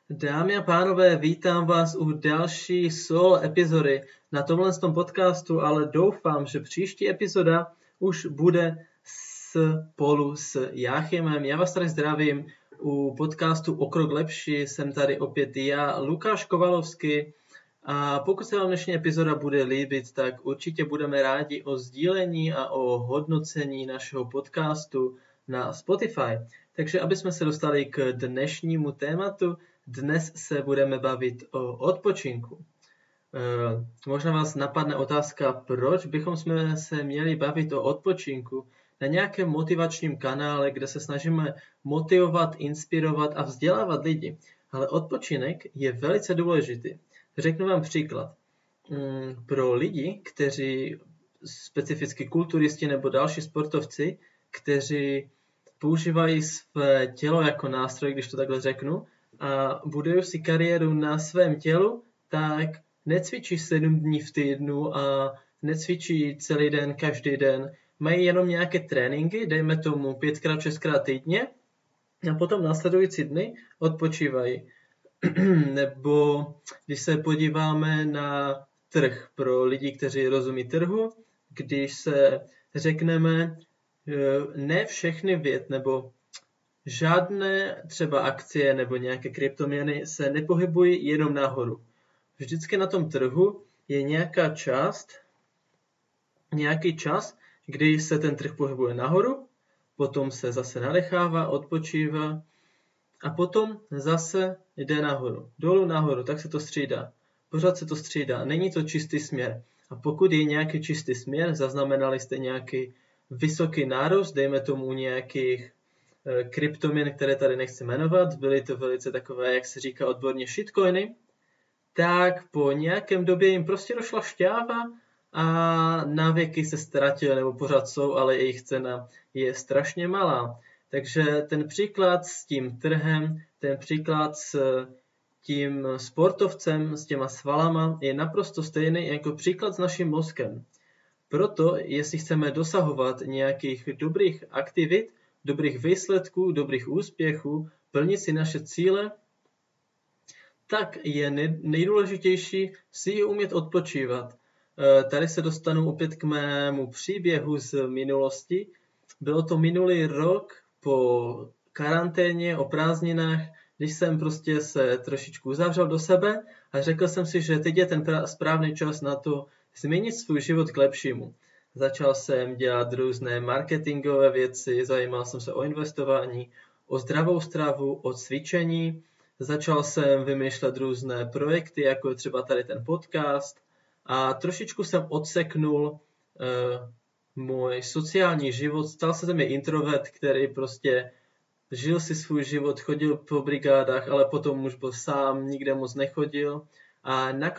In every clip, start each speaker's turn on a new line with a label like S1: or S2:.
S1: Dámy a pánové, vítám vás u další solo epizody na tomhle podcastu, ale doufám, že příští epizoda už bude spolu s Jáchymem. Já vás tady zdravím u podcastu O krok lepší, jsem tady opět já, Lukáš Kovalovský. A pokud se vám dnešní epizoda bude líbit, tak určitě budeme rádi o sdílení a o hodnocení našeho podcastu na Spotify. Takže aby jsme se dostali k dnešnímu tématu, dnes se budeme bavit o odpočinku. Možná vás napadne otázka, proč bychom se měli bavit o odpočinku na nějakém motivačním kanále, kde se snažíme motivovat, inspirovat a vzdělávat lidi. Ale odpočinek je velice důležitý. Řeknu vám příklad. Pro lidi, kteří specificky kulturisti nebo další sportovci, kteří používají své tělo jako nástroj, když to takhle řeknu, a budují si kariéru na svém tělu, tak necvičí 7 dní v týdnu a necvičí celý den, každý den. Mají jenom nějaké tréninky, dejme tomu 5x, 6x týdně a potom následující dny odpočívají. Nebo když se podíváme na trh pro lidi, kteří rozumí trhu, když se řekneme, ne všechny nebo žádné třeba akcie nebo nějaké kryptoměny se nepohybují jenom nahoru. Vždycky na tom trhu je nějaký čas, kdy se ten trh pohybuje nahoru, potom se zase nadechává, odpočívá a potom zase jde nahoru. Dolů nahoru, tak se to střídá. Pořád se to střídá. Není to čistý směr. A pokud je nějaký čistý směr, zaznamenali jste nějaký vysoký nárůst, dejme tomu nějakých kryptoměn, které tady nechci jmenovat, byly to velice takové, jak se říká odborně, shitcoiny, tak po nějakém době jim prostě došla šťáva a na věky se ztratily, nebo pořád jsou, ale jejich cena je strašně malá. Takže ten příklad s tím trhem, ten příklad s tím sportovcem, s těma svalama je naprosto stejný jako příklad s naším mozkem. Proto, jestli chceme dosahovat nějakých dobrých aktivit, dobrých výsledků, dobrých úspěchů, plnit si naše cíle, tak je nejdůležitější si umět odpočívat. Tady se dostanu opět k mému příběhu z minulosti. Bylo to minulý rok po karanténě, o prázdninách, když jsem prostě se trošičku uzavřel do sebe a řekl jsem si, že teď je ten správný čas na to změnit svůj život k lepšímu. Začal jsem dělat různé marketingové věci, zajímal jsem se o investování, o zdravou stravu, o cvičení. Začal jsem vymýšlet různé projekty, jako je třeba tady ten podcast. A trošičku jsem odseknul můj sociální život. Stal se ze mě introvert, který prostě žil si svůj život, chodil po brigádách, ale potom už byl sám, nikde moc nechodil. A na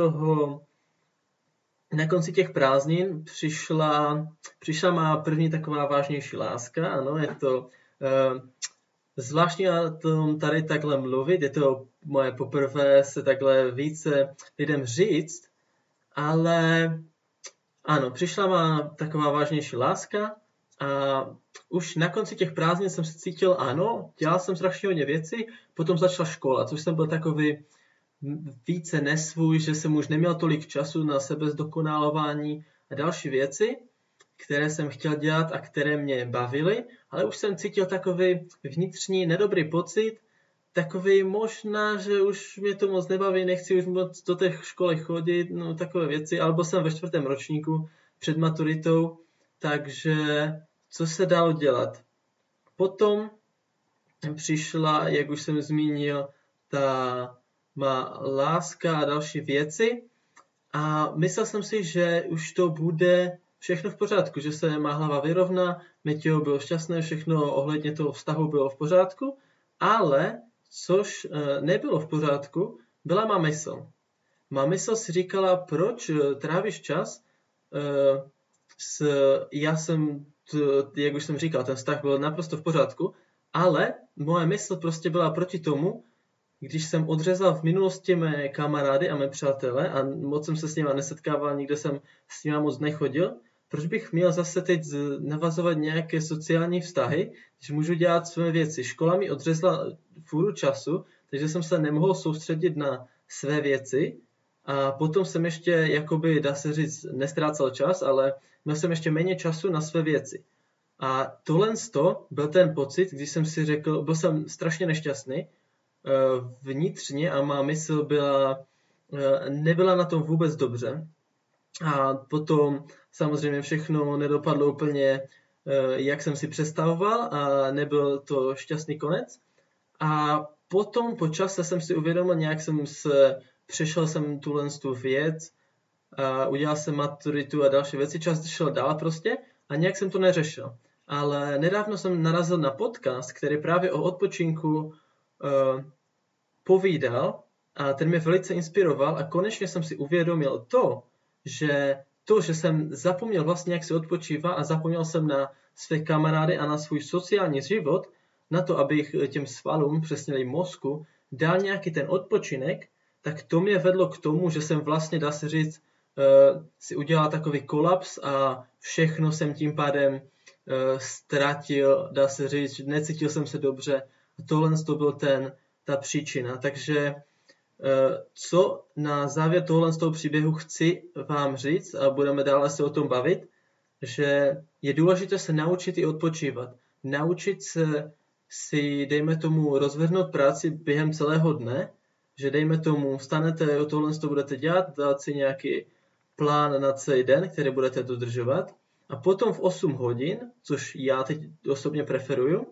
S1: konci těch prázdnin přišla má první taková vážnější láska. Ano, je to zvláštní o tom tady takhle mluvit, je to moje poprvé se takhle více lidem říct, ale ano, přišla má taková vážnější láska a už na konci těch prázdnin jsem se cítil, ano, dělal jsem strašně hodně věcí, potom začala škola, což jsem byl takový více nesvůj, že jsem už neměl tolik času na sebezdokonalování a další věci, které jsem chtěl dělat a které mě bavily, ale už jsem cítil takový vnitřní nedobrý pocit, takový možná, že už mě to moc nebaví, nechci už moc do té školy chodit, no takové věci, alebo jsem ve 4. ročníku před maturitou, takže co se dalo dělat? Potom přišla, jak už jsem zmínil, ta má láska a další věci a myslel jsem si, že už to bude všechno v pořádku, že se má hlava vyrovná, mé tělo bylo šťastné, všechno ohledně toho vztahu bylo v pořádku, ale což nebylo v pořádku, byla má mysl. Má mysl si říkala, proč trávíš čas, jak už jsem říkal, ten vztah byl naprosto v pořádku, ale moje mysl prostě byla proti tomu, když jsem odřezal v minulosti mé kamarády a mé přátelé a moc jsem se s nimi nesetkával, nikde jsem s nimi moc nechodil, proč bych měl zase teď navazovat nějaké sociální vztahy, když můžu dělat své věci. Škola mi odřezla fůru času, takže jsem se nemohl soustředit na své věci a potom jsem ještě, jakoby, dá se říct, nestrácel čas, ale měl jsem ještě méně času na své věci. A tohle byl ten pocit, když jsem si řekl, byl jsem strašně nešťastný vnitřně a má mysl nebyla na tom vůbec dobře. A potom samozřejmě všechno nedopadlo úplně, jak jsem si představoval a nebyl to šťastný konec. A potom po čase jsem si uvědomil, nějak přešel jsem tu věc, a udělal jsem maturitu a další věci, čas šel dál prostě a nějak jsem to neřešil. Ale nedávno jsem narazil na podcast, který právě o odpočinku povídal a ten mě velice inspiroval a konečně jsem si uvědomil že jsem zapomněl vlastně, jak se odpočívá a zapomněl jsem na své kamarády a na svůj sociální život, na to, abych těm svalům, přesně mozku, dal nějaký ten odpočinek, tak to mě vedlo k tomu, že jsem vlastně, dá se říct, si udělal takový kolaps a všechno jsem tím pádem ztratil, dá se říct, necítil jsem se dobře. A tohle to byl ta příčina. Takže co na závěr tohle z toho příběhu chci vám říct a budeme dále se o tom bavit, že je důležité se naučit i odpočívat. Naučit se si, dejme tomu, rozvrhnout práci během celého dne, že dejme tomu, vstanete, o tohle to budete dělat, dát si nějaký plán na celý den, který budete dodržovat a potom v 8 hodin, což já teď osobně preferuju,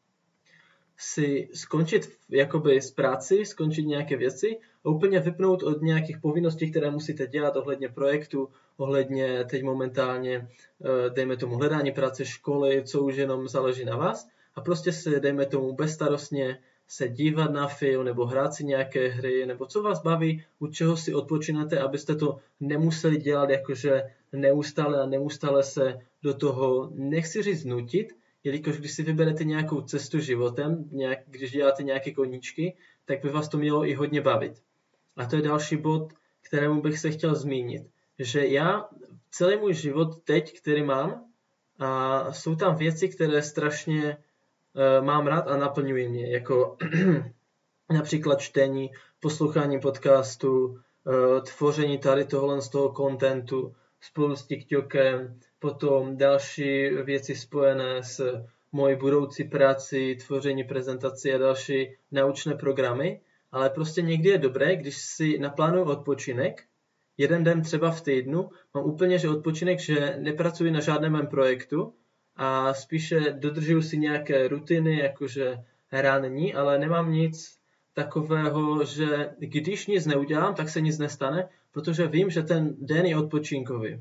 S1: si skončit jakoby z práci, skončit nějaké věci a úplně vypnout od nějakých povinností, které musíte dělat ohledně projektu, ohledně teď momentálně, dejme tomu, hledání práce, školy, co už jenom záleží na vás a prostě se, dejme tomu, bezstarostně se dívat na film nebo hrát si nějaké hry, nebo co vás baví, u čeho si odpočínáte, abyste to nemuseli dělat jakože neustále se do toho, nechci říct nutit, jelikož když si vyberete nějakou cestu životem, když děláte nějaké koníčky, tak by vás to mělo i hodně bavit. A to je další bod, kterému bych se chtěl zmínit. Že já celý můj život teď, který mám, a jsou tam věci, které strašně mám rád a naplňují mě, jako například čtení, poslouchání podcastu, tvoření tady tohle z toho contentu spolu s TikTokem, potom další věci spojené s mojí budoucí práci, tvoření prezentací a další naučné programy, ale prostě někdy je dobré, když si naplánuju odpočinek, jeden den třeba v týdnu, mám úplně že odpočinek, že nepracuji na žádném mém projektu a spíše dodržuju si nějaké rutiny, jakože ranní, ale nemám nic takového, že když nic neudělám, tak se nic nestane, protože vím, že ten den je odpočinkový.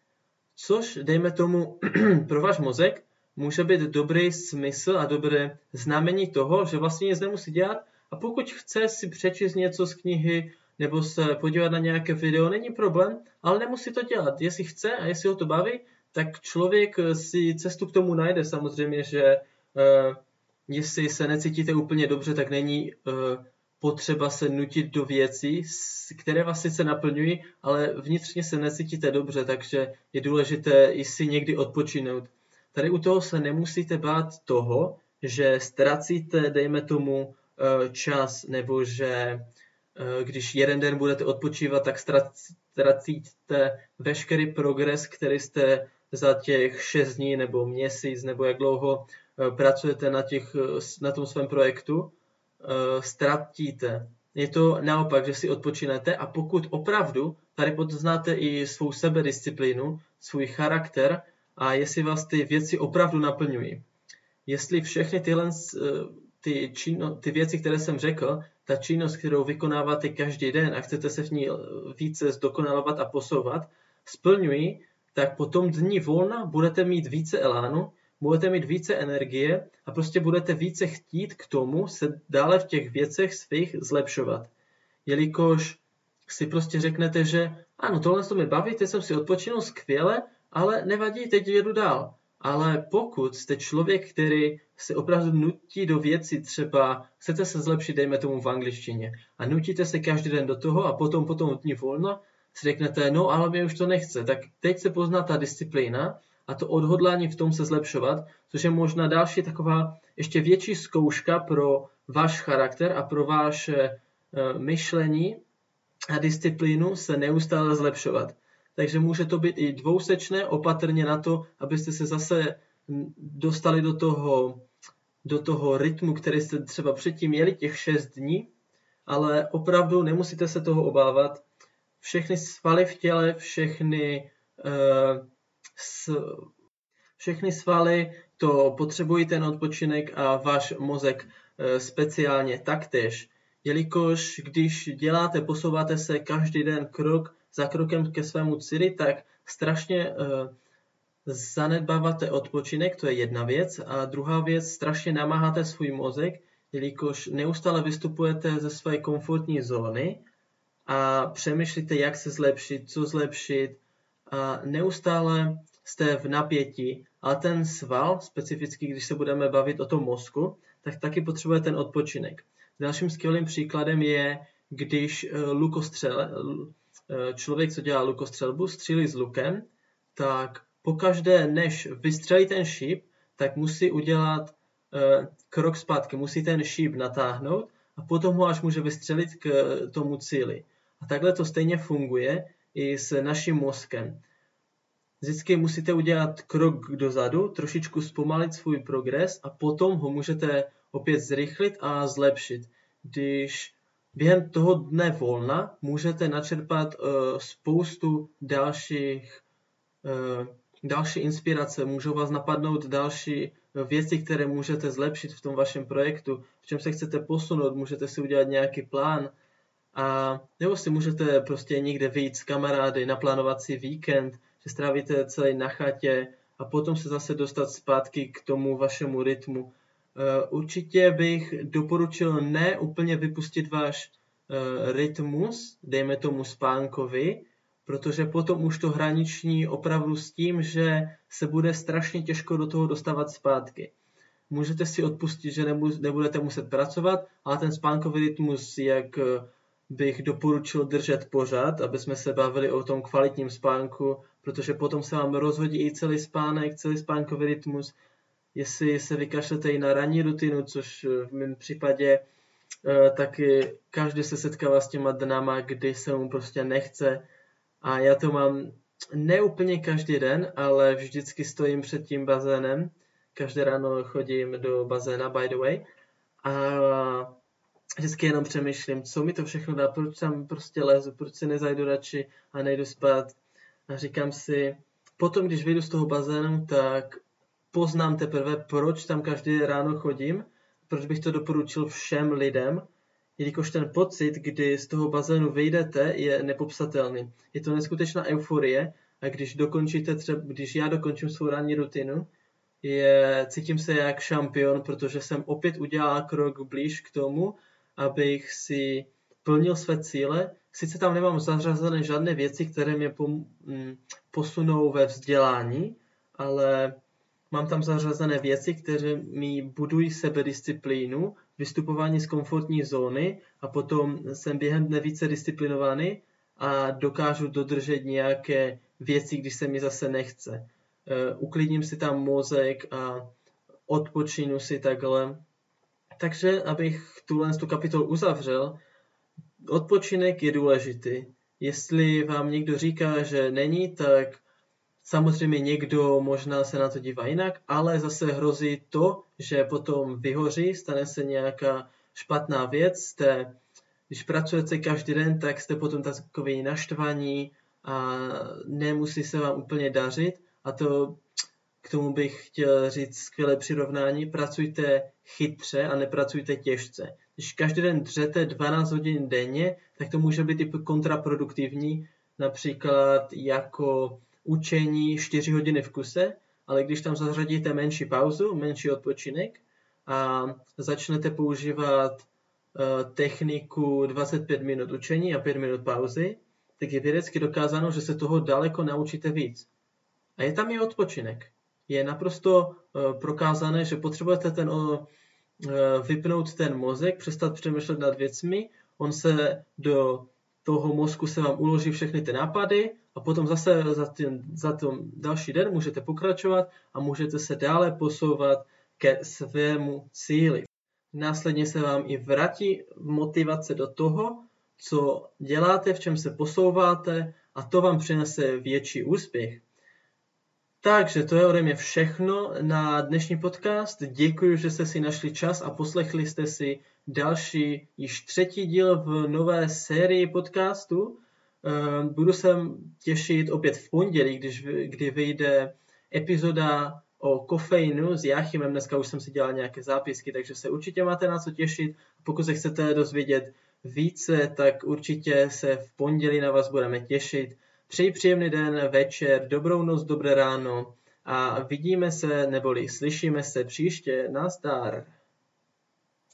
S1: Což, dejme tomu, pro váš mozek může být dobrý smysl a dobré znamení toho, že vlastně nic nemusí dělat a pokud chce si přečíst něco z knihy nebo se podívat na nějaké video, není problém, ale nemusí to dělat. Jestli chce a jestli ho to baví, tak člověk si cestu k tomu najde. Samozřejmě, že jestli se necítíte úplně dobře, tak není potřeba se nutit do věcí, které vás sice naplňují, ale vnitřně se necítíte dobře, takže je důležité i si někdy odpočinout. Tady u toho se nemusíte bát toho, že ztracíte, dejme tomu, čas, nebo že když jeden den budete odpočívat, tak ztracíte veškerý progres, který jste za těch 6 dní nebo měsíc, nebo jak dlouho pracujete na tom svém projektu, ztratíte. Je to naopak, že si odpočinete a pokud opravdu tady poznáte i svou sebedisciplínu, svůj charakter a jestli vás ty věci opravdu naplňují. Jestli všechny ty věci, které jsem řekl, ta činnost, kterou vykonáváte každý den a chcete se v ní více zdokonalovat a posouvat, splňují, tak po tom dní volna budete mít více elánu, budete mít více energie a prostě budete více chtít k tomu se dále v těch věcech svých zlepšovat. Jelikož si prostě řeknete, že ano, tohle to mi baví, teď jsem si odpočinul skvěle, ale nevadí, teď jedu dál. Ale pokud jste člověk, který se opravdu nutí do věcí, třeba chcete se zlepšit, dejme tomu v angličtině, a nutíte se každý den do toho a potom dní volno, si řeknete, no ale mě už to nechce, tak teď se pozná ta disciplína a to odhodlání v tom se zlepšovat, což je možná další taková ještě větší zkouška pro váš charakter a pro vaše myšlení a disciplínu se neustále zlepšovat. Takže může to být i dvousečné, opatrně na to, abyste se zase dostali do toho rytmu, který jste třeba předtím měli, těch 6 dní, ale opravdu nemusíte se toho obávat. Všechny svaly v těle, všechny svaly to potřebují ten odpočinek a váš mozek speciálně taktéž. Jelikož když posouváte se každý den krok za krokem ke svému cíli, tak strašně zanedbáváte odpočinek, to je jedna věc. A druhá věc, strašně namáháte svůj mozek, jelikož neustále vystupujete ze své komfortní zóny a přemýšlíte, jak se zlepšit, co zlepšit a neustále jste v napětí, ale ten sval, specificky když se budeme bavit o tom mozku, tak taky potřebuje ten odpočinek. Dalším skvělým příkladem je, když člověk, co dělá lukostřelbu, střílí s lukem, tak pokaždé, než vystřelí ten šíp, tak musí udělat krok zpátky, musí ten šíp natáhnout a potom ho až může vystřelit k tomu cíli. A takhle to stejně funguje i s naším mozkem. Vždycky musíte udělat krok dozadu, trošičku zpomalit svůj progres a potom ho můžete opět zrychlit a zlepšit. Když během toho dne volna můžete načerpat spoustu další inspirace, můžou vás napadnout další věci, které můžete zlepšit v tom vašem projektu, v čem se chcete posunout, můžete si udělat nějaký plán, a nebo si můžete prostě někde vyjít s kamarády, naplánovat si víkend, že strávíte celý na chatě a potom se zase dostat zpátky k tomu vašemu rytmu. Určitě bych doporučil ne úplně vypustit váš rytmus, dejme tomu spánkovi, protože potom už to hraniční opravdu s tím, že se bude strašně těžko do toho dostávat zpátky. Můžete si odpustit, že nebudete muset pracovat, ale ten spánkový rytmus, jak bych doporučil držet pořád, aby jsme se bavili o tom kvalitním spánku, protože potom se vám rozhodí i celý spánek, celý spánkový rytmus. Jestli se vykašlete i na ranní rutinu, což v mém případě taky každý se setkává s těma dnama, kdy se mu prostě nechce. A já to mám ne úplně každý den, ale vždycky stojím před tím bazénem. Každé ráno chodím do bazéna, by the way. A vždycky jenom přemýšlím, co mi to všechno dá, proč tam prostě lezu, proč si nezajdu radši a nejdu spát. A říkám si, potom, když vyjdu z toho bazénu, tak poznám teprve, proč tam každý ráno chodím, proč bych to doporučil všem lidem, jelikož ten pocit, kdy z toho bazénu vyjdete, je nepopsatelný. Je to neskutečná euforie a když já dokončím svou ranní rutinu, cítím se jak šampion, protože jsem opět udělal krok blíž k tomu, abych si plnil své cíle. Sice tam nemám zařazené žádné věci, které mě posunou ve vzdělání, ale mám tam zařazené věci, které mi budují sebedisciplínu, vystupování z komfortní zóny a potom jsem během dne více disciplinovaný a dokážu dodržet nějaké věci, když se mi zase nechce. Uklidním si tam mozek a odpočinu si takhle. Takže, abych tu kapitolu uzavřel, odpočinek je důležitý. Jestli vám někdo říká, že není, tak samozřejmě někdo možná se na to dívá jinak, ale zase hrozí to, že potom vyhoří, stane se nějaká špatná věc. Když pracujete každý den, tak jste potom takový naštvaní a nemusí se vám úplně dařit. A k tomu bych chtěl říct skvělé přirovnání. Pracujte chytře a nepracujte těžce. Když každý den dřete 12 hodin denně, tak to může být i kontraproduktivní, například jako učení 4 hodiny v kuse, ale když tam zařadíte menší pauzu, menší odpočinek a začnete používat techniku 25 minut učení a 5 minut pauzy, tak je vědecky dokázáno, že se toho daleko naučíte víc. A je tam i odpočinek. Je naprosto prokázané, že potřebujete vypnout ten mozek, přestat přemýšlet nad věcmi, on se do toho mozku se vám uloží všechny ty nápady a potom zase za ten další den můžete pokračovat a můžete se dále posouvat ke svému cíli. Následně se vám i vrátí motivace do toho, co děláte, v čem se posouváte a to vám přinese větší úspěch. Takže to je ode mě všechno na dnešní podcast. Děkuji, že jste si našli čas a poslechli jste si další, již 3. díl v nové sérii podcastu. Budu se těšit opět v pondělí, kdy vyjde epizoda o kofeinu s Jáchymem. Dneska už jsem si dělal nějaké zápisky, takže se určitě máte na co těšit. Pokud se chcete dozvědět více, tak určitě se v pondělí na vás budeme těšit. Přeji příjemný den, večer, dobrou noc, dobré ráno a vidíme se neboli slyšíme se příště. Nazdar.